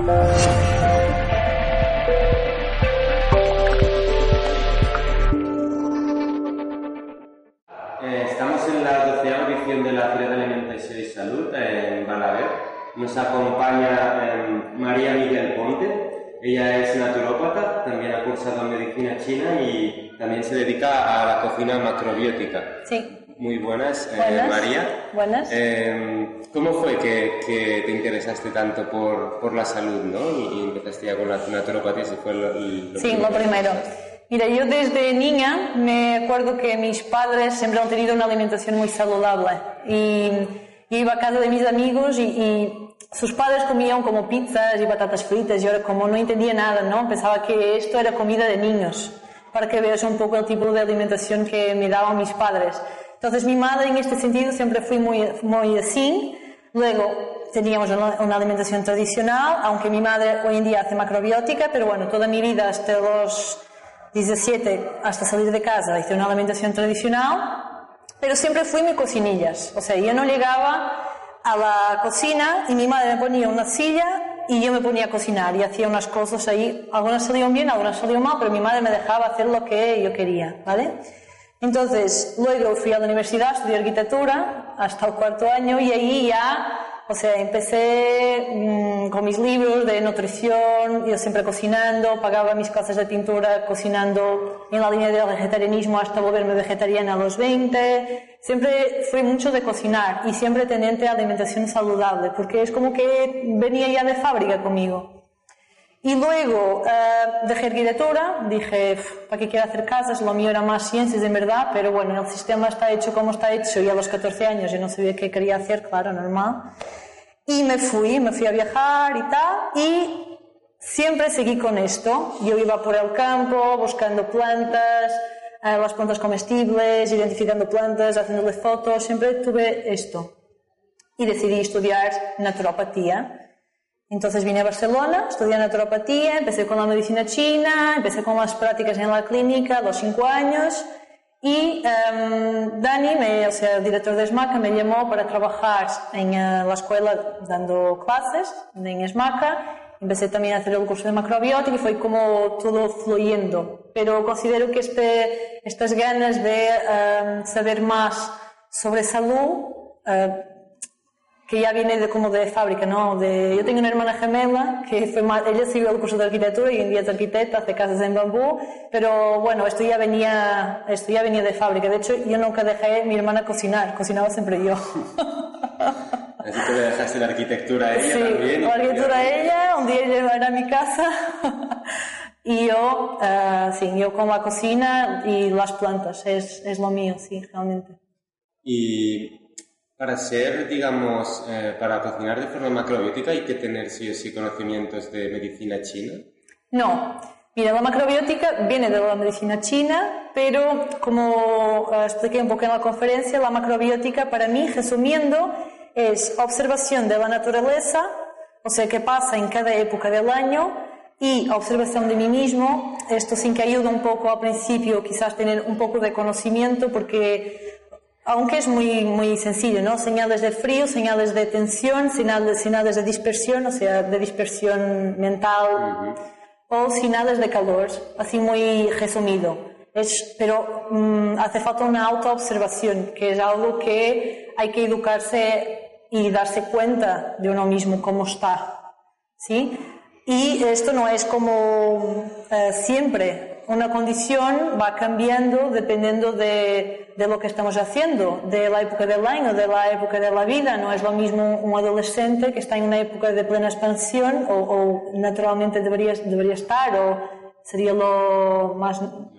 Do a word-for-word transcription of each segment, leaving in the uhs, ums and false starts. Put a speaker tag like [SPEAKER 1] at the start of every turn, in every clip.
[SPEAKER 1] Eh, estamos en la doceava edición de la Feria de Alimentación y Salud en Balaguer. Nos acompaña eh, María Miguel Ponte. Ella es naturópata, también ha cursado medicina china y también se dedica a la cocina macrobiótica.
[SPEAKER 2] Sí.
[SPEAKER 1] Muy buenas, eh,
[SPEAKER 2] buenas.
[SPEAKER 1] María.
[SPEAKER 2] Buenas.
[SPEAKER 1] Eh, ¿Cómo fue que, que te interesaste tanto por, por la salud, ¿no? Y, y empezaste ya con la naturopatía, si fue lo, lo
[SPEAKER 2] Sí, lo primero. Mira, yo desde niña me acuerdo que mis padres siempre han tenido una alimentación muy saludable y yo iba a casa de mis amigos y, y sus padres comían como pizzas y patatas fritas y ahora como no entendía nada, ¿no? Pensaba que esto era comida de niños, para que veas un poco el tipo de alimentación que me daban mis padres. Entonces mi madre en este sentido siempre fue muy, muy así. Luego teníamos una, una alimentación tradicional, aunque mi madre hoy en día hace macrobiótica, pero bueno, toda mi vida hasta los diecisiete, hasta salir de casa, hice una alimentación tradicional, pero siempre fui muy cocinillas. O sea, yo no llegaba a la cocina y mi madre me ponía una silla y yo me ponía a cocinar y hacía unas cosas ahí, algunas salían bien, algunas salían mal, pero mi madre me dejaba hacer lo que yo quería, ¿vale? Entonces, luego fui a la universidad, estudié arquitectura hasta el cuarto año y ahí ya, o sea, empecé mmm, con mis libros de nutrición, yo siempre cocinando, pagaba mis clases de pintura cocinando en la línea del vegetarianismo hasta volverme vegetariana a los veinte. Siempre fui mucho de cocinar y siempre teniente alimentación saludable, porque es como que venía ya de fábrica conmigo. Y luego uh, dejé arquitectura, dije, ¿para qué quiero hacer casas? Lo mío era más ciencias en verdad, pero bueno, el sistema está hecho como está hecho y a los catorce años yo no sabía qué quería hacer, claro, normal. Y me fui, me fui a viajar y tal, y siempre seguí con esto. Yo iba por el campo buscando plantas, uh, las plantas comestibles, identificando plantas, haciéndole fotos, siempre tuve esto. Y decidí estudiar naturopatía. Entonces vine a Barcelona, estudié naturopatía, empecé con la medicina china, empecé con las prácticas en la clínica a los cinco años y um, Dani, me, o sea, el director de SMACA, me llamó para trabajar en uh, la escuela dando clases en SMACA. Empecé también a hacer el curso de macrobiótica y fue como todo fluyendo. Pero considero que este, estas ganas de um, saber más sobre salud uh, que ya viene de, como de fábrica, ¿no? De, yo tengo una hermana gemela que fue más, ella siguió el curso de arquitectura y hoy en día es arquitecta, hace casas en bambú, pero bueno, esto ya venía, esto ya venía de fábrica. De hecho, yo nunca dejé a mi hermana cocinar, cocinaba siempre yo.
[SPEAKER 1] Así que le dejaste la arquitectura a ella
[SPEAKER 2] sí,
[SPEAKER 1] también.
[SPEAKER 2] la arquitectura a ella, un día ella iba a ir a mi casa y yo, uh, sí, yo con la cocina y las plantas, es, es lo mío, sí, realmente.
[SPEAKER 1] Y para ser, digamos, eh, para cocinar de forma macrobiótica hay que tener sí o sí conocimientos de medicina china.
[SPEAKER 2] No, mira, la macrobiótica viene de la medicina china, pero como uh, expliqué un poco en la conferencia, la macrobiótica para mí, resumiendo, es observación de la naturaleza, o sea, qué pasa en cada época del año, y observación de mí mismo. Esto sin que ayude un poco al principio, quizás tener un poco de conocimiento, porque aunque es muy, muy sencillo, ¿no? Señales de frío, señales de tensión, señales, señales de dispersión, o sea, de dispersión mental, uh-huh. o señales de calor, así muy resumido. Es, pero um, hace falta una autoobservación, que es algo que hay que educarse y darse cuenta de uno mismo cómo está, ¿sí? Y esto no es como uh, siempre. Una condición va cambiando dependiendo de, de lo que estamos haciendo, de la época del año, de la época de la vida. No es lo mismo un adolescente que está en una época de plena expansión o, o naturalmente debería, debería estar, o sería lo más...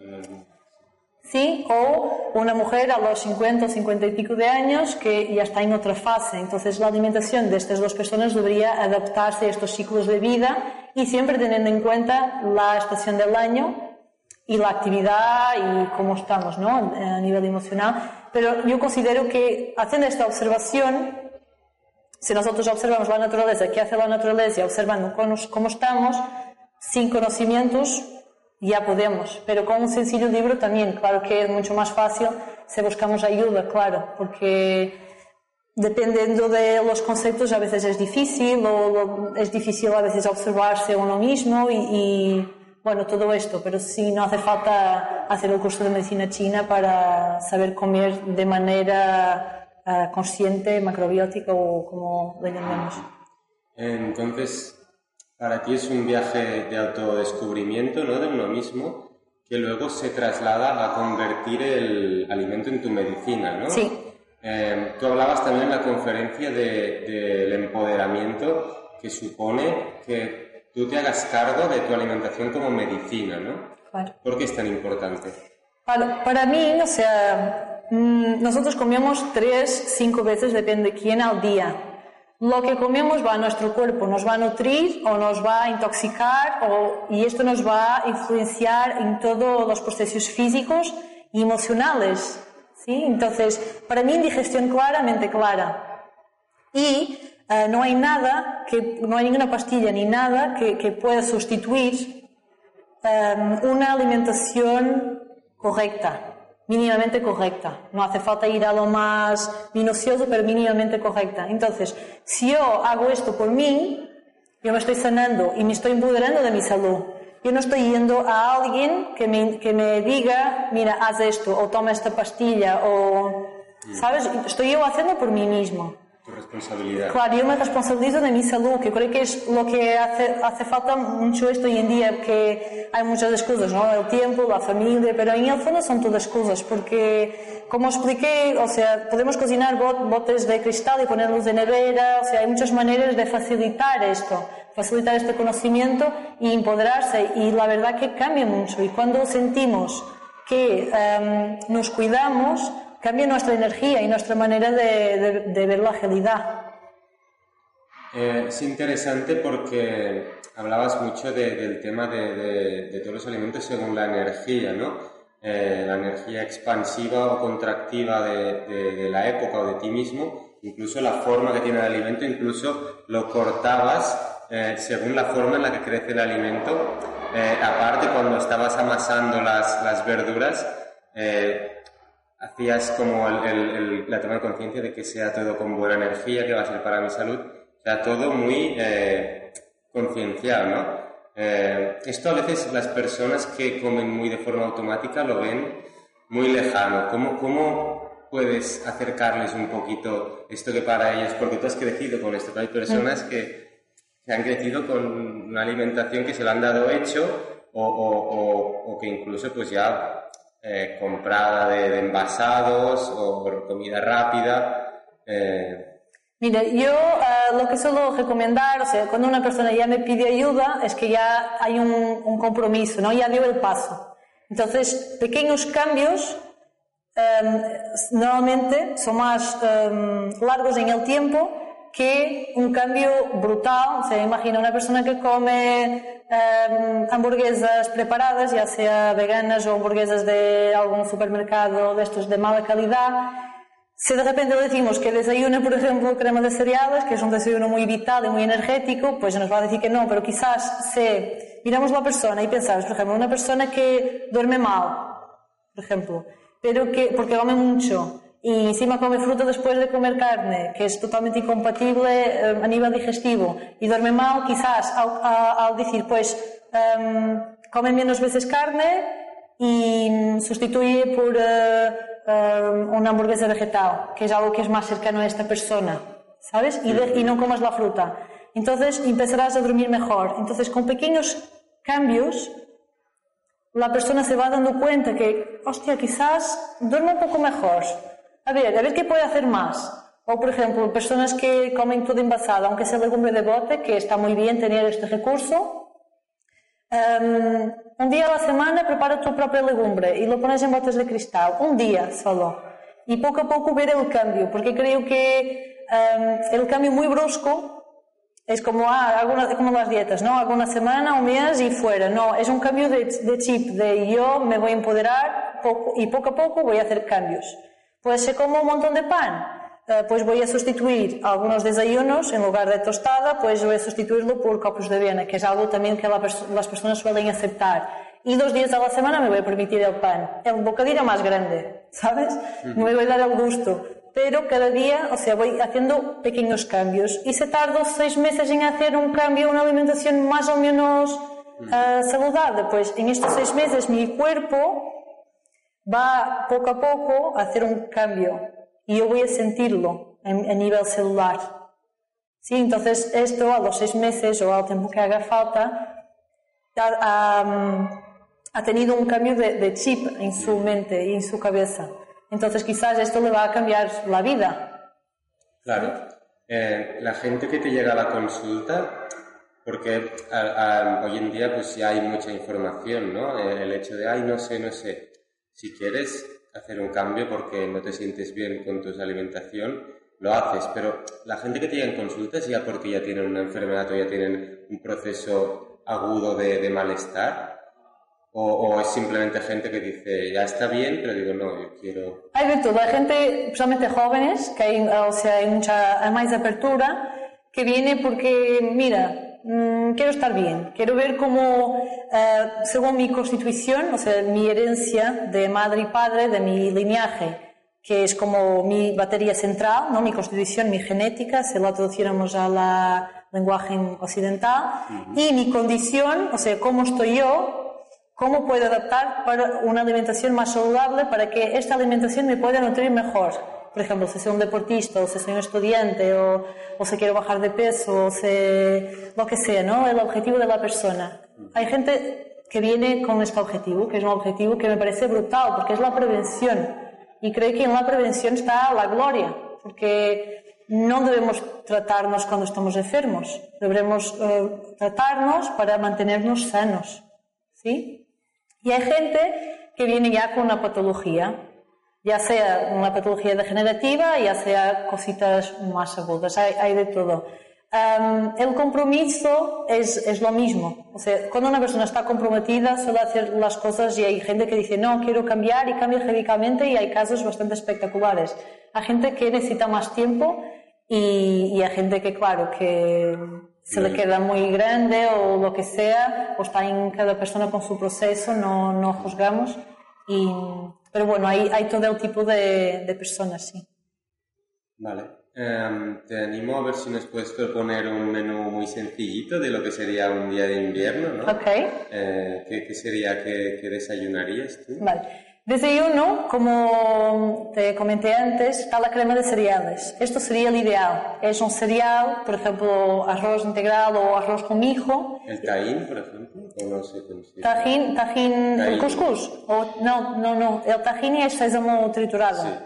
[SPEAKER 2] Sí, o una mujer a los cincuenta o cincuenta y pico de años que ya está en otra fase. Entonces la alimentación de estas dos personas debería adaptarse a estos ciclos de vida y siempre teniendo en cuenta la estación del año y la actividad y cómo estamos, ¿no? A nivel emocional. Pero yo considero que haciendo esta observación, si nosotros observamos la naturaleza, qué hace la naturaleza, y observando cómo estamos, sin conocimientos ya podemos, pero con un sencillo libro también. Claro que es mucho más fácil si buscamos ayuda, claro, porque dependiendo de los conceptos a veces es difícil o es difícil a veces observarse a uno mismo y, y bueno, todo esto, pero sí no hace falta hacer el curso de medicina china para saber comer de manera uh, consciente, macrobiótica o como le llamemos.
[SPEAKER 1] Entonces, para ti es un viaje de autodescubrimiento, ¿no?, de uno mismo, que luego se traslada a convertir el alimento en tu medicina, ¿no?
[SPEAKER 2] Sí.
[SPEAKER 1] Eh, tú hablabas también en la conferencia de, del empoderamiento que supone que tú te hagas cargo de tu alimentación como medicina, ¿no?
[SPEAKER 2] Claro.
[SPEAKER 1] ¿Por qué es tan importante?
[SPEAKER 2] Para, para mí, o sea, nosotros comemos tres, cinco veces, depende de quién, al día. Lo que comemos va a nuestro cuerpo, nos va a nutrir o nos va a intoxicar o, y esto nos va a influenciar en todos los procesos físicos y emocionales. ¿Sí? Entonces, para mí, indigestión claramente clara. Y uh, no hay nada, que, no hay ninguna pastilla ni nada que, que pueda sustituir um, una alimentación correcta, mínimamente correcta. No hace falta ir a lo más minucioso, pero mínimamente correcta. Entonces, si yo hago esto por mí, yo me estoy sanando y me estoy empoderando de mi salud. Yo no estoy yendo a alguien que me, que me diga, mira, haz esto, o toma esta pastilla, o... ¿Sabes? Estoy yo haciendo por mí mismo.
[SPEAKER 1] Tu responsabilidad.
[SPEAKER 2] Claro, yo me responsabilizo de mi salud, que creo que es lo que hace, hace falta mucho esto hoy en día, que hay muchas excusas, ¿no? El tiempo, la familia, pero en el fondo son todas excusas, porque, como expliqué, o sea, podemos cocinar botes de cristal y ponerlos en nevera, o sea, hay muchas maneras de facilitar esto, facilitar este conocimiento y empoderarse, y la verdad que cambia mucho, y cuando sentimos que um, nos cuidamos, cambia nuestra energía y nuestra manera de, de, de ver la realidad.
[SPEAKER 1] Eh, es interesante porque hablabas mucho de, del tema de, de, de todos los alimentos según la energía, ¿no? Eh, la energía expansiva o contractiva de, de, de la época o de ti mismo, incluso la forma que tiene el alimento, incluso lo cortabas eh, según la forma en la que crece el alimento. Eh, aparte, cuando estabas amasando las, las verduras, eh, hacías como el, el, el, la toma de conciencia de que sea todo con buena energía, que va a ser para mi salud, o sea, todo muy eh, concienciado, ¿no? Eh, esto a veces las personas que comen muy de forma automática lo ven muy lejano. ¿Cómo, cómo puedes acercarles un poquito esto que para ellos, porque tú has crecido con esto, hay personas que, que han crecido con una alimentación que se lo han dado hecho o, o, o, o que incluso pues ya... Eh, comprada de, de envasados o por comida rápida. Eh.
[SPEAKER 2] Mira, yo uh, lo que suelo recomendar, o sea, cuando una persona ya me pide ayuda, es que ya hay un, un compromiso, ¿no? Ya dio el paso. Entonces, pequeños cambios um, normalmente son más um, largos en el tiempo que un cambio brutal. O sea, imagina una persona que come um, hamburguesas preparadas, ya sea veganas o hamburguesas de algún supermercado de estos de mala calidad. Si de repente le decimos que desayuna, por ejemplo, crema de cereales, que es un desayuno muy vital y muy energético, pues nos va a decir que no, pero quizás si miramos a la persona y pensamos, por ejemplo, una persona que duerme mal, por ejemplo, pero que, porque come mucho, y encima come fruta después de comer carne, que es totalmente incompatible eh, a nivel digestivo, y duerme mal, quizás al, a, al decir, pues, um, come menos veces carne y sustituye por uh, uh, una hamburguesa vegetal, que es algo que es más cercano a esta persona, ¿sabes? Y, de, y no comas la fruta. Entonces empezarás a dormir mejor. Entonces, con pequeños cambios, la persona se va dando cuenta que, hostia, quizás duerme un poco mejor. A ver, a ver qué puede hacer más. O, por ejemplo, personas que comen todo envasado, aunque sea legumbre de bote, que está muy bien tener este recurso. Um, un día a la semana prepara tu propia legumbre y lo pones en botes de cristal. Un día solo. Y poco a poco ver el cambio, porque creo que um, el cambio muy brusco es como, ah, alguna, como las dietas, ¿no? Hago una semana, un mes y fuera. No, es un cambio de, de chip, de yo me voy a empoderar poco, y poco a poco voy a hacer cambios. Pues si como un montón de pan, eh, pues voy a sustituir algunos desayunos, en lugar de tostada, pues voy a sustituirlo por copos de avena, que es algo también que la pers- las personas suelen aceptar. Y dos días a la semana me voy a permitir el pan. El bocadillo más grande, ¿sabes? Uh-huh. Me voy a dar el gusto. pero cada día, o sea, voy haciendo pequeños cambios. Y si tardo seis meses en hacer un cambio, una alimentación más o menos uh, saludable, pues en estos seis meses mi cuerpo va poco a poco a hacer un cambio y yo voy a sentirlo en, a nivel celular. Sí, entonces esto a los seis meses o al tiempo que haga falta ha, ha, ha tenido un cambio de, de chip en su mente y en su cabeza. Entonces quizás esto le va a cambiar la vida.
[SPEAKER 1] Claro. Eh, la gente que te llega a la consulta, porque a, a, hoy en día pues ya hay mucha información, ¿no? El hecho de, ay, no sé, no sé. Si quieres hacer un cambio porque no te sientes bien con tu alimentación, lo haces. Pero la gente que te llega en consulta es ya porque ya tienen una enfermedad o ya tienen un proceso agudo de, de malestar. O, o es simplemente gente que dice, ya está bien, pero digo, no, yo quiero...
[SPEAKER 2] Hay de todo. Hay gente, especialmente jóvenes, que hay, o sea, hay mucha, hay más apertura, que viene porque, mira, mmm, quiero estar bien, quiero ver cómo, uh, según mi constitución, o sea, mi herencia de madre y padre, de mi linaje, que es como mi batería central, ¿no? Mi constitución, mi genética, si lo traduciéramos a la lenguaje occidental, uh-huh. Y mi condición, o sea, cómo estoy yo, cómo puedo adaptar para una alimentación más saludable para que esta alimentación me pueda nutrir mejor. Por ejemplo, si soy un deportista, o si soy un estudiante, o, o si quiero bajar de peso, o si lo que sea, ¿no? El objetivo de la persona. Hay gente que viene con este objetivo, que es un objetivo que me parece brutal, porque es la prevención. Y creo que en la prevención está la gloria, porque no debemos tratarnos cuando estamos enfermos. Debemos uh, tratarnos para mantenernos sanos, ¿sí? Y hay gente que viene ya con una patología, ya sea una patología degenerativa, ya sea cositas más agudas, hay, hay de todo. Um, el compromiso es, es lo mismo. O sea, cuando una persona está comprometida suele hacer las cosas y hay gente que dice, no, quiero cambiar y cambia radicalmente y hay casos bastante espectaculares. Hay gente que necesita más tiempo y, y hay gente que, claro, que... se le queda muy grande o lo que sea, o está en cada persona con su proceso, no, no juzgamos. Y, pero bueno, hay, hay todo el tipo de, de personas, sí.
[SPEAKER 1] Vale. Um, te animo a ver si nos puedes proponer un menú muy sencillito de lo que sería un día de invierno, ¿no?
[SPEAKER 2] Ok.
[SPEAKER 1] Eh, ¿qué, ¿Qué sería que, que desayunarías tú?
[SPEAKER 2] Vale. Desayuno, como te comenté antes, está la crema de cereales. Esto sería el ideal. Es un cereal, por ejemplo, arroz integral o arroz con mijo.
[SPEAKER 1] ¿El tajín, por ejemplo? ¿O no se consigue?
[SPEAKER 2] Tajín, tajín, el cuscús. O, no, no, no. El tajín es sésamo triturado.
[SPEAKER 1] Sí.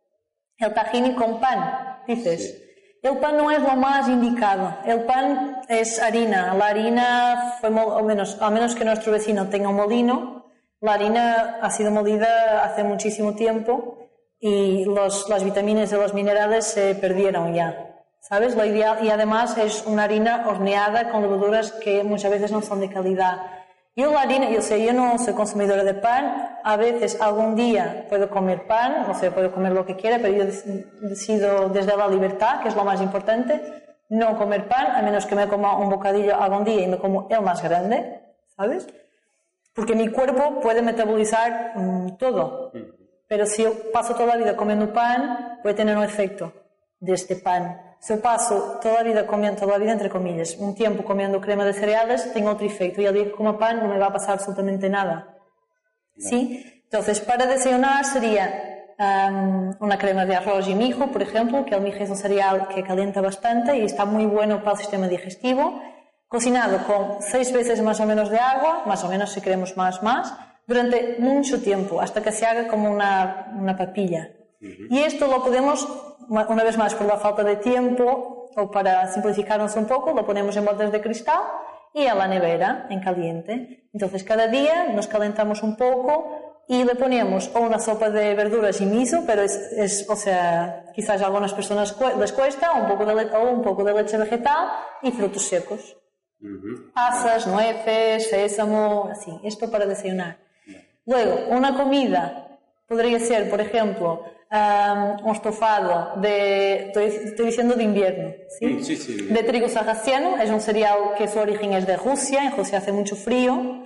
[SPEAKER 2] El tajín con pan, dices.
[SPEAKER 1] Sí.
[SPEAKER 2] El pan no es lo más indicado. El pan es harina. La harina, fue, al menos, al menos que nuestro vecino tenga un molino, la harina ha sido molida hace muchísimo tiempo y los, las vitaminas y los minerales se perdieron ya, ¿sabes? Lo ideal, y además es una harina horneada con levaduras que muchas veces no son de calidad. Yo la harina, yo sé, yo no soy consumidora de pan, a veces algún día puedo comer pan, o sea, puedo comer lo que quiera, pero yo decido desde la libertad, que es lo más importante, no comer pan, a menos que me coma un bocadillo algún día y me como el más grande, ¿sabes? Porque mi cuerpo puede metabolizar mmm, todo. Pero si yo paso toda la vida comiendo pan, puede tener un efecto de este pan. Si yo paso toda la vida comiendo, toda la vida entre comillas, un tiempo comiendo crema de cereales, tengo otro efecto. Y al día que coma pan no me va a pasar absolutamente nada. No. ¿Sí? Entonces, para desayunar sería um, una crema de arroz y mijo, por ejemplo, que el mijo es un cereal que calienta bastante y está muy bueno para el sistema digestivo. Cocinado con seis veces más o menos de agua, más o menos si queremos más, más, durante mucho tiempo, hasta que se haga como una, una papilla. Uh-huh. Y esto lo podemos, una vez más, por la falta de tiempo, o para simplificarnos un poco, lo ponemos en botes de cristal y a la nevera, en caliente. Entonces, cada día nos calentamos un poco y le ponemos o una sopa de verduras y miso, pero es, es o sea, quizás a algunas personas les cuesta, un poco de le- o un poco de leche vegetal y frutos secos. Uh-huh. Pasas, nueces, sésamo, así, esto para desayunar. Luego, una comida podría ser, por ejemplo, um, un estofado de, estoy, estoy diciendo de invierno, ¿sí?
[SPEAKER 1] Sí, sí.
[SPEAKER 2] De trigo sarraceno, es un cereal que su origen es de Rusia, en Rusia hace mucho frío,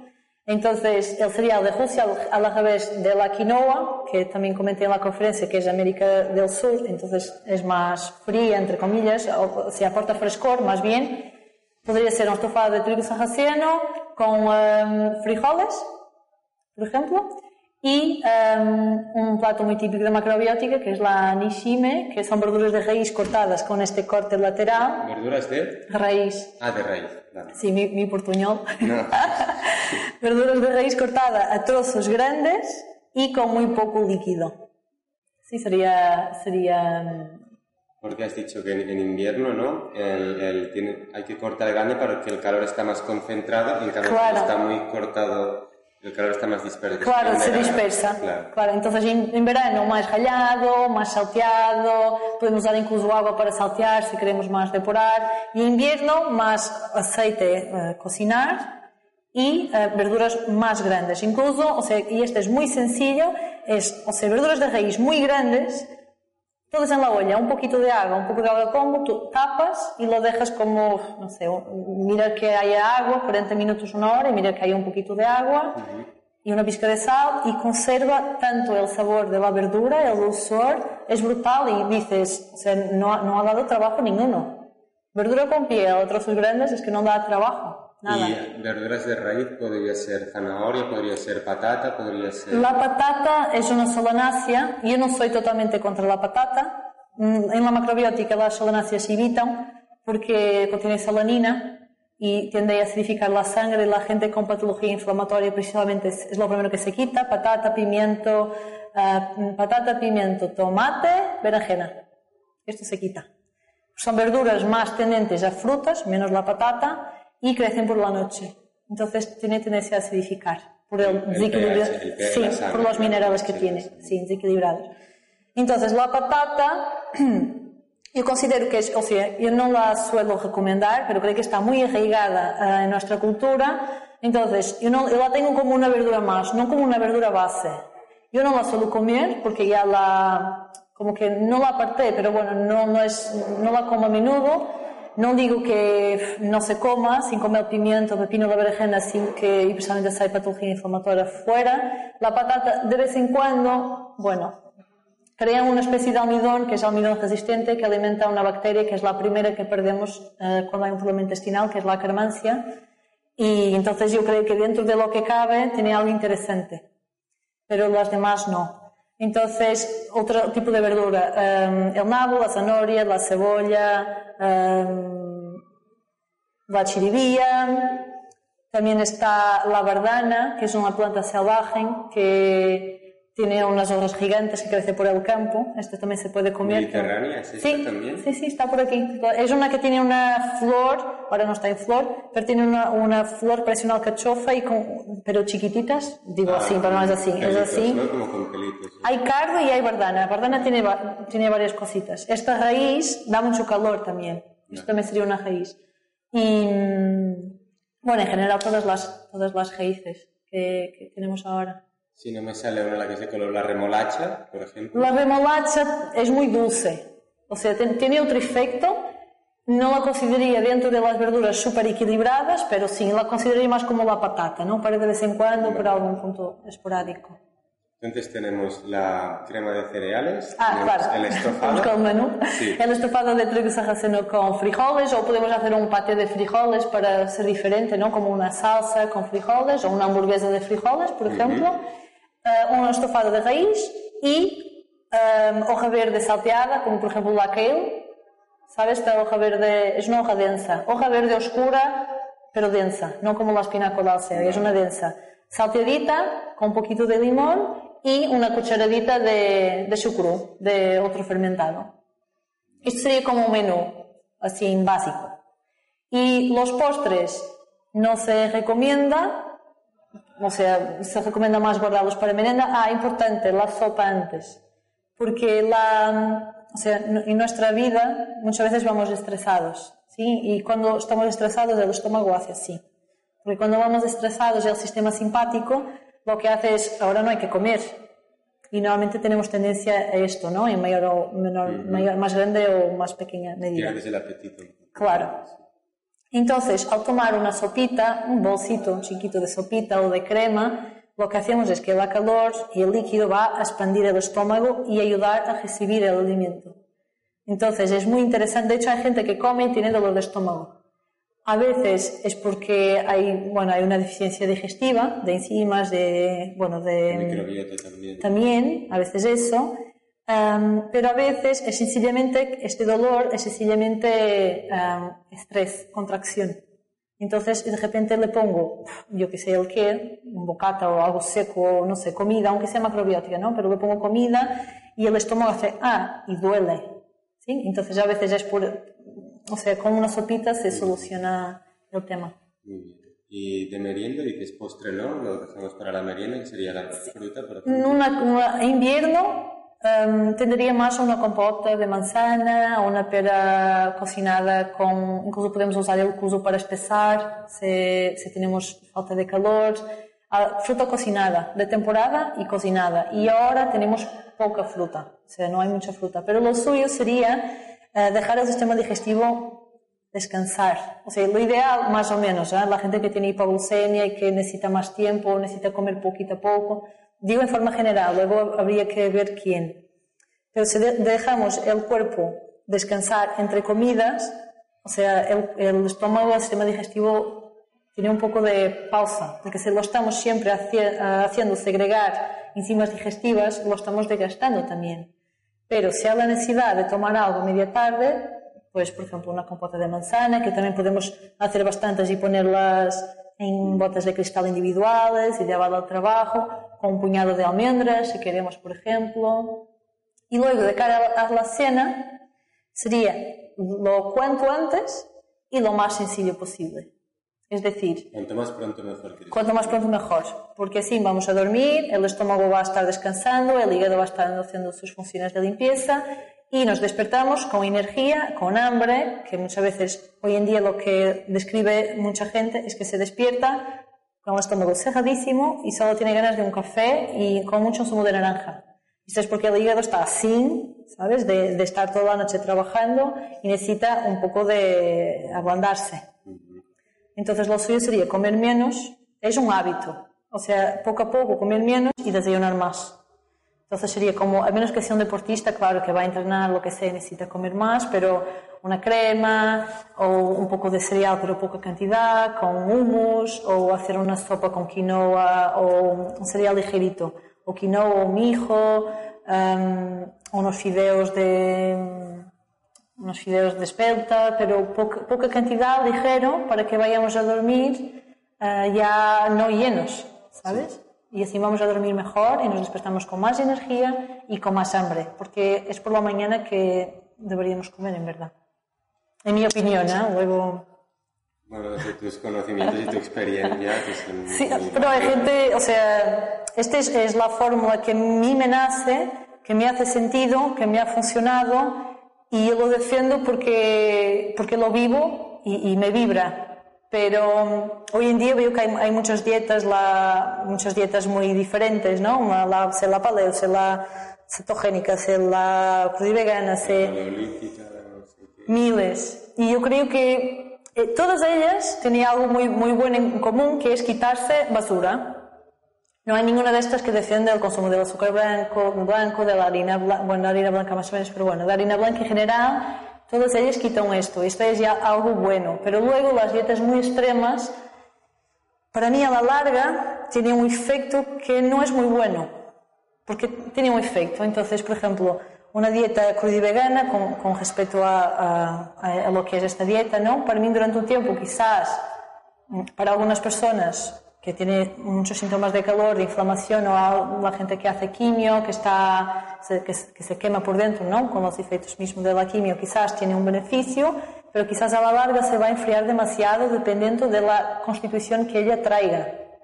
[SPEAKER 2] Entonces, él sería el de Rusia al, al revés de la quinoa, que también comenté en la conferencia, que es América del Sur, entonces es más fría, entre comillas, o sea, aporta frescor, más bien. Podría ser un estofado de trigo sarraceno con um, frijoles, por ejemplo, y um, un plato muy típico de macrobiótica, que es la nishime, que son verduras de raíz cortadas con este corte lateral.
[SPEAKER 1] ¿Verduras de?
[SPEAKER 2] Raíz.
[SPEAKER 1] Ah, de raíz. Vale.
[SPEAKER 2] Sí, mi, mi portuñol.
[SPEAKER 1] No.
[SPEAKER 2] Verduras de raíz cortada a trozos grandes y con muy poco líquido. Sí, sería... sería
[SPEAKER 1] Porque has dicho que en, en invierno, ¿no? El, el tiene, hay que cortar grande para que el calor está más concentrado y en cambio
[SPEAKER 2] claro.
[SPEAKER 1] está muy cortado, el calor está más disperso.
[SPEAKER 2] Claro, se dispersa.
[SPEAKER 1] Claro.
[SPEAKER 2] Claro. Entonces en, en verano más rallado, más salteado, podemos usar incluso agua para saltear si queremos más depurar. Y en invierno más aceite uh, cocinar y uh, verduras más grandes. Incluso, o sea, y este es muy sencillo, es, o sea, verduras de raíz muy grandes, todas en la olla, un poquito de agua, un poco de agua de combo, tú tapas y lo dejas como, no sé, mira que haya agua, cuarenta minutos, una hora, y mira que haya un poquito de agua uh-huh. y una pizca de sal, y conserva tanto el sabor de la verdura, el dulzor, es brutal, y dices, o sea, no, no ha dado trabajo ninguno. Verdura con piel, trozos grandes, es que no da trabajo. Nada.
[SPEAKER 1] Y verduras de raíz podría ser zanahoria, podría ser patata, podría ser...
[SPEAKER 2] La patata es una solanácea. Yo no soy totalmente contra la patata. En la macrobiótica las solanáceas se evitan porque contiene solanina y tiende a acidificar la sangre. La gente con patología inflamatoria principalmente es lo primero que se quita. Patata, pimiento, uh, patata, pimiento, tomate, berenjena. Esto se quita. Son verduras más tendentes a frutas, menos la patata, y crecen por la noche. Entonces tiene tendencia a acidificar por el, el desequilibrio,
[SPEAKER 1] pH, el pH
[SPEAKER 2] sí,
[SPEAKER 1] la sangre,
[SPEAKER 2] por los minerales que
[SPEAKER 1] sí,
[SPEAKER 2] tiene,
[SPEAKER 1] sí.
[SPEAKER 2] sí, desequilibrados. Entonces la patata, yo considero que es, o sea, yo no la suelo recomendar, pero creo que está muy arraigada uh, en nuestra cultura. Entonces yo, no, yo la tengo como una verdura más, no como una verdura base. Yo no la suelo comer porque ya la, como que no la aparté, pero bueno, no, no es, no la como a menudo. No digo que no se coma, sin comer el pimiento, el pepino, la berenjena, sin que, y precisamente si hay patología inflamatoria fuera. La patata, de vez en cuando, bueno, crean una especie de almidón, que es almidón resistente, que alimenta una bacteria, que es la primera que perdemos eh, cuando hay un problema intestinal, que es la Akkermansia. Y entonces yo creo que dentro de lo que cabe tiene algo interesante, pero las demás no. Entonces, otro tipo de verdura, um, el nabo, la zanahoria, la cebolla, um, la chiribía, también está la bardana, que es una planta salvaje que tiene unas hojas gigantes que crece por el campo. Esta también se puede comer.
[SPEAKER 1] ¿Mediterránea? ¿Es
[SPEAKER 2] sí,
[SPEAKER 1] también?
[SPEAKER 2] Sí, sí, está por aquí. Es una que tiene una flor, ahora no está en flor, pero tiene una, una flor, parece una alcachofa, y con, pero chiquititas, digo ah, así, pero no es así.
[SPEAKER 1] Pelitos,
[SPEAKER 2] es así.
[SPEAKER 1] ¿no? Como con pelitos. ¿Sí?
[SPEAKER 2] Hay cardo y hay bardana. Bardana tiene, tiene varias cositas. Esta raíz da mucho calor también. Esto también sería una raíz. Y, bueno, en general todas las, todas las raíces que, que tenemos ahora.
[SPEAKER 1] Si no me sale una la que es de color, la remolacha, por ejemplo.
[SPEAKER 2] La remolacha es muy dulce, o sea, tiene otro efecto. No la consideraría dentro de las verduras súper equilibradas, pero sí, la consideraría más como la patata, ¿no? Para de vez en cuando, por algún punto esporádico.
[SPEAKER 1] Entonces tenemos la crema de cereales,
[SPEAKER 2] ah, claro.
[SPEAKER 1] el estofado.
[SPEAKER 2] Con el menú.
[SPEAKER 1] Sí.
[SPEAKER 2] El estofado de trigo sarraceno con frijoles, o podemos hacer un paté de frijoles para ser diferente, ¿no? Como una salsa con frijoles, o una hamburguesa de frijoles, por ejemplo. Uh-huh. Uh, un estofado de raíz y um, hoja verde salteada, como por ejemplo la kale. ¿Sabes? Esta hoja verde es una hoja densa. Hoja verde oscura, pero densa, no como la espinaca dulce, es una densa. Salteadita, con un poquito de limón y una cucharadita de, de chucrú, de otro fermentado. Esto sería como un menú, así, básico. Y los postres no se recomienda. O sea, se recomienda más guardarlos para merienda. Ah, importante, la sopa antes. Porque la, o sea, en nuestra vida muchas veces vamos estresados, ¿sí? Y cuando estamos estresados el estómago hace así. Porque cuando vamos estresados el sistema simpático lo que hace es, ahora no hay que comer. Y normalmente tenemos tendencia a esto, ¿no? En mayor o menor, uh-huh. mayor, más grande o más pequeña medida.
[SPEAKER 1] Pierdes el apetito.
[SPEAKER 2] Claro. Entonces, al tomar una sopita, un bolsito chiquito de sopita o de crema, lo que hacemos es que la calor y el líquido va a expandir el estómago y ayudar a recibir el alimento. Entonces, es muy interesante. De hecho, hay gente que come y tiene dolor de estómago. A veces es porque hay, bueno, hay una deficiencia digestiva, de enzimas, de, bueno, de...
[SPEAKER 1] microbiota también.
[SPEAKER 2] También, a veces eso. Um, pero a veces es sencillamente, este dolor es sencillamente um, estrés, contracción. Entonces, de repente le pongo, yo que sé el qué, un bocata o algo seco, no sé, comida, aunque sea macrobiótica, ¿no? Pero le pongo comida y el estómago hace, ah, y duele, ¿sí? Entonces, a veces es por, o sea, con una sopita se soluciona el tema.
[SPEAKER 1] Muy bien. Y de merienda, dices postre, ¿no? Lo dejamos para la merienda, que sería la fruta, por ejemplo.
[SPEAKER 2] Una, una, en invierno, Um, tendría más a una compota de manzana o una pera cocinada con, incluso podemos usar el kuzu para espesar si, si tenemos falta de calor. Uh, fruta cocinada, de temporada y cocinada. Y ahora tenemos poca fruta, o sea, no hay mucha fruta. Pero lo suyo sería uh, dejar el sistema digestivo descansar. O sea, lo ideal, más o menos, ¿eh? La gente que tiene hipoglucemia y que necesita más tiempo, necesita comer poquito a poco. Digo en forma general, luego habría que ver quién. Pero si de- dejamos el cuerpo descansar entre comidas, o sea, el, el estómago, el sistema digestivo tiene un poco de pausa, porque si lo estamos siempre haci- haciendo segregar enzimas digestivas, lo estamos desgastando también. Pero si hay la necesidad de tomar algo media tarde, pues por ejemplo una compota de manzana, que también podemos hacer bastantes y ponerlas en botas de cristal individuales y llevarlo al trabajo, con un puñado de almendras, si queremos, por ejemplo. Y luego, de cara a la cena, sería lo cuanto antes y lo más sencillo posible. Es decir,
[SPEAKER 1] Cuanto más pronto mejor.
[SPEAKER 2] cuanto más pronto mejor, porque así vamos a dormir, el estómago va a estar descansando, el hígado va a estar haciendo sus funciones de limpieza y nos despertamos con energía, con hambre, que muchas veces hoy en día lo que describe mucha gente es que se despierta con el estómago cerradísimo y solo tiene ganas de un café y con mucho zumo de naranja. Esto es porque el hígado está así, ¿sabes? De, de estar toda la noche trabajando y necesita un poco de ablandarse. Entonces lo suyo sería comer menos, es un hábito. O sea, poco a poco comer menos y desayunar más. Entonces sería como, a menos que sea un deportista, claro, que va a entrenar, lo que sea, necesita comer más, pero una crema o un poco de cereal, pero poca cantidad, con hummus, o hacer una sopa con quinoa o un cereal ligerito, o quinoa o mijo, um, unos fideos de unos fideos de espelta, pero poca, poca cantidad, ligero, para que vayamos a dormir uh, ya no llenos, ¿sabes? Y así vamos a dormir mejor y nos despertamos con más energía y con más hambre, porque es por la mañana que deberíamos comer, en verdad. En mi opinión, ¿eh? Luego...
[SPEAKER 1] Bueno, de tus conocimientos y tu experiencia, que son
[SPEAKER 2] Sí,
[SPEAKER 1] muy
[SPEAKER 2] pero hay
[SPEAKER 1] válidos.
[SPEAKER 2] gente, o sea, esta es, es la fórmula que a mí me nace, que me hace sentido, que me ha funcionado y yo lo defiendo porque, porque lo vivo y, y me vibra. Pero um, hoy en día veo que hay, hay muchas dietas, la, muchas dietas muy diferentes, ¿no? Una, la, sea la paleo, sea la cetogénica, sea la crudivegana, sea
[SPEAKER 1] Paleolítica, no sé qué.
[SPEAKER 2] miles. Y yo creo que eh, todas ellas tenían algo muy, muy bueno en común, que es quitarse basura. No hay ninguna de estas que defienda el consumo del azúcar blanco, blanco de la harina blanca, bueno, la harina blanca más o menos, pero bueno, la harina blanca en general. Todas ellas quitan esto, esto es ya algo bueno, pero luego las dietas muy extremas, para mí a la larga, tienen un efecto que no es muy bueno, porque tiene un efecto. Entonces, por ejemplo, una dieta crudivegana con, con respecto a, a, a lo que es esta dieta, ¿no? Para mí durante un tiempo quizás, para algunas personas que tienen muchos síntomas de calor, de inflamación, o a la gente que hace quimio, que, está, que, que se quema por dentro, ¿no? Con los efectos mismos de la quimio, quizás tiene un beneficio, pero quizás a la larga se va a enfriar demasiado dependiendo de la constitución que ella traiga.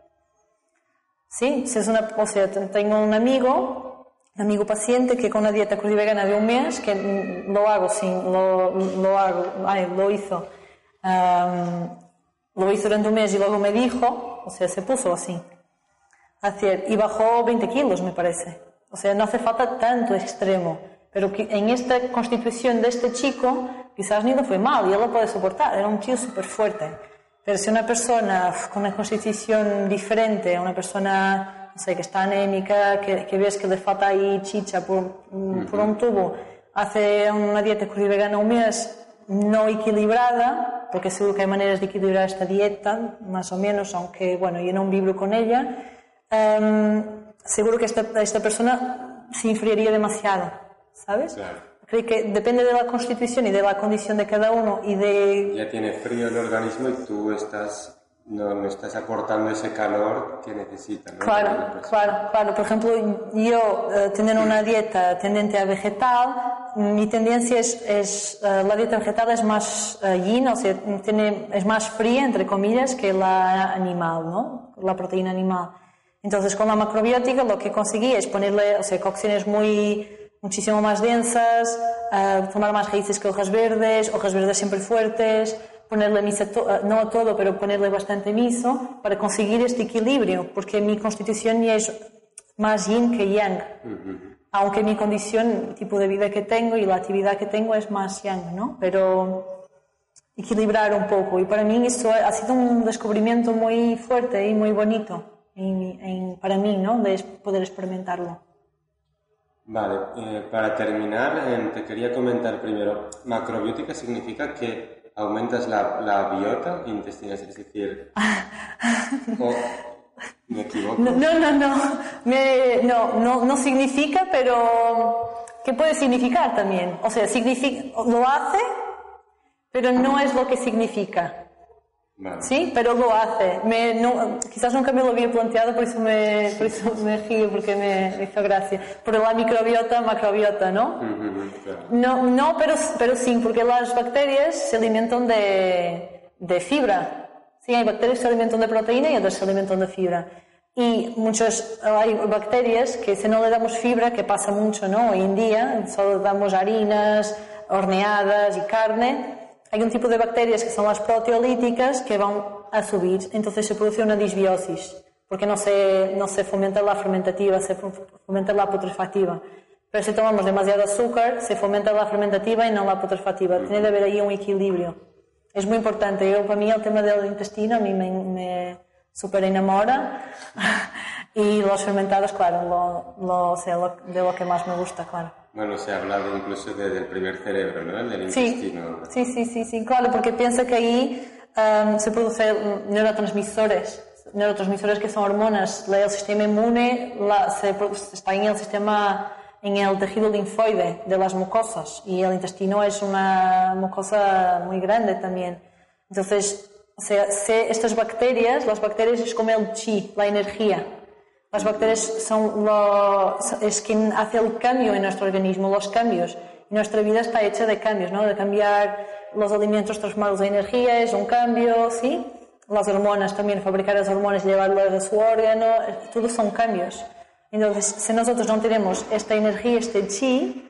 [SPEAKER 2] Sí, si es una, o sea, tengo un amigo, un amigo paciente que con una dieta crudivegana de un mes, que lo hago sin, lo, lo hago, ay, lo hizo, um, lo hizo durante un mes y luego me dijo, o sea, se puso así, hacer, y bajó veinte kilos, me parece. O sea, no hace falta tanto extremo, pero que en esta constitución de este chico quizás ni le fue mal y él lo puede soportar, era un tío súper fuerte. Pero si una persona con una constitución diferente, una persona, no sé, que está anémica, que, que ves que le falta ahí chicha por, por un tubo, hace una dieta crudo-vegana un mes no equilibrada, porque seguro que hay maneras de equilibrar esta dieta, más o menos, aunque, bueno, yo no vibro con ella, um, seguro que esta, esta persona se enfriaría demasiado, ¿sabes?
[SPEAKER 1] Claro.
[SPEAKER 2] Creo que depende de la constitución y de la condición de cada uno y de...
[SPEAKER 1] Ya tiene frío el organismo y tú estás, no, no estás aportando ese calor que necesita, ¿no?
[SPEAKER 2] Claro, claro, claro. Por ejemplo, yo eh, teniendo una dieta tendente a vegetal, mi tendencia es, es uh, la dieta vegetal es más uh, yin, o sea, tiene, es más fría, entre comillas, que la animal, ¿no? La proteína animal. Entonces, con la macrobiótica lo que conseguí es ponerle, o sea, cocciones muy, muchísimo más densas, uh, tomar más raíces que hojas verdes, hojas verdes siempre fuertes, ponerle miso, uh, no todo, pero ponerle bastante miso, para conseguir este equilibrio, porque mi constitución ya es más yin que yang. Uh-huh. Aunque mi condición, el tipo de vida que tengo y la actividad que tengo es más yang, ¿no? Pero equilibrar un poco. Y para mí eso ha sido un descubrimiento muy fuerte y muy bonito en, en, para mí, ¿no? De poder experimentarlo.
[SPEAKER 1] Vale, eh, para terminar, eh, te quería comentar primero, macrobiótica significa que aumentas la, la biota intestinal, es decir... o, ¿me equivoco?
[SPEAKER 2] No, no, no, Me, no, no, no significa, pero ¿qué puede significar también? O sea, significa, lo hace, pero no es lo que significa.
[SPEAKER 1] Vale.
[SPEAKER 2] Sí, pero lo hace. Me, no, quizás nunca me lo había planteado, por eso me, por eso me río, porque me, me hizo gracia. Por la microbiota, macrobiota, ¿no?
[SPEAKER 1] Uh-huh, claro.
[SPEAKER 2] No, no, pero, pero sí, porque las bacterias se alimentan de, de fibra. Sí, hay bacterias que se alimentan de proteína y otras se alimentan de fibra. Y muchas, hay bacterias que si no le damos fibra, que pasa mucho, ¿no? Hoy en día, solo damos harinas, horneadas y carne. Hay un tipo de bacterias que son las proteolíticas que van a subir, entonces se produce una disbiosis, porque no se, no se fomenta la fermentativa, se fomenta la putrefactiva. Pero si tomamos demasiado azúcar, se fomenta la fermentativa y no la putrefactiva. Tiene que haber ahí un equilibrio. Es muy importante. Yo, para mí el tema del intestino a mí me, me súper enamora y los fermentados, claro, lo, lo, o sea, lo, de lo que más me gusta, claro.
[SPEAKER 1] Bueno, se ha hablado incluso de, del primer cerebro, ¿no? El del intestino.
[SPEAKER 2] Sí, sí, sí, sí, claro, porque piensa que ahí um, se producen neurotransmisores, neurotransmisores que son hormonas. El sistema inmune la, se, está en el sistema, en el tejido linfoide de las mucosas y el intestino es una mucosa muy grande también. Entonces, o sea, se, estas bacterias, las bacterias es como el chi, la energía. Las bacterias son lo, es quien hace el cambio en nuestro organismo, los cambios. Y nuestra vida está hecha de cambios, ¿no? De cambiar los alimentos, transformarlos en energía, es un cambio, ¿sí? Las hormonas también, fabricar las hormonas, llevarlas a su órgano, todos son cambios. Entonces, si nosotros no tenemos esta energía, este chi,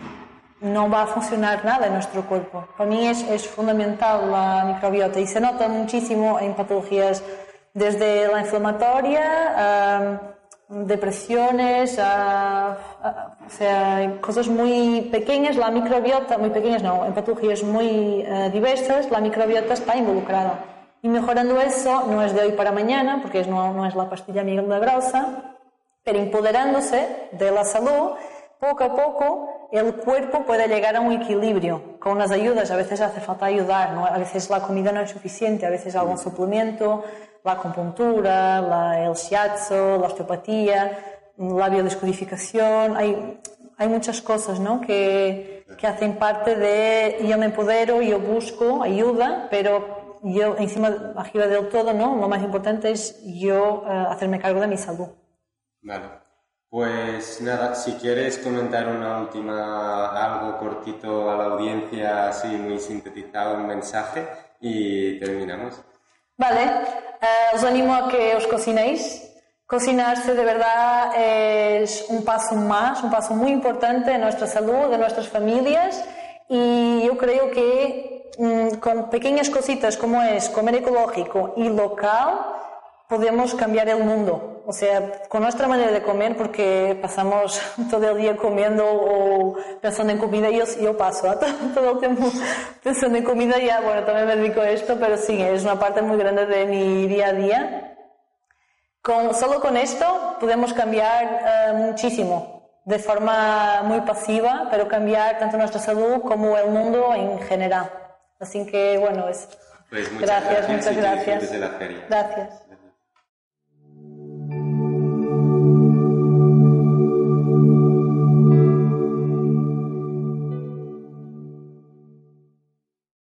[SPEAKER 2] no va a funcionar nada en nuestro cuerpo. Para mí es, es fundamental la microbiota y se nota muchísimo en patologías desde la inflamatoria, um, depresiones, a, a, o sea, cosas muy pequeñas, la microbiota, muy pequeñas no, en patologías muy uh, diversas, la microbiota está involucrada. Y mejorando eso, no es de hoy para mañana, porque es, no, no es la pastilla milagrosa, pero empoderándose de la salud, poco a poco el cuerpo puede llegar a un equilibrio con las ayudas. A veces hace falta ayudar, ¿no? A veces la comida no es suficiente, a veces algún suplemento, la acupuntura, la, el shiatsu, la osteopatía, la biodescodificación. Hay, hay muchas cosas, ¿no? que, que hacen parte de yo me empodero, yo busco ayuda, pero yo encima, arriba del todo, ¿no? Lo más importante es yo uh, hacerme cargo de mi salud.
[SPEAKER 1] Vale. Pues nada, si quieres comentar una última, algo cortito a la audiencia, así muy sintetizado, un mensaje y terminamos.
[SPEAKER 2] Vale, uh, os animo a que os cocinéis. Cocinarse de verdad es un paso más, un paso muy importante en nuestra salud, de nuestras familias, y yo creo que mmm, con pequeñas cositas como es comer ecológico y local, podemos cambiar el mundo. O sea, con nuestra manera de comer, porque pasamos todo el día comiendo o pensando en comida, y yo, yo paso ¿eh? todo el tiempo pensando en comida, ya, bueno, también me dedico a esto, pero sí, es una parte muy grande de mi día a día. Con, solo con esto podemos cambiar uh, muchísimo, de forma muy pasiva, pero cambiar tanto nuestra salud como el mundo en general. Así que, bueno, es...
[SPEAKER 1] Pues muchas
[SPEAKER 2] gracias,
[SPEAKER 1] gracias,
[SPEAKER 2] muchas gracias.
[SPEAKER 1] Desde la feria.
[SPEAKER 2] Gracias.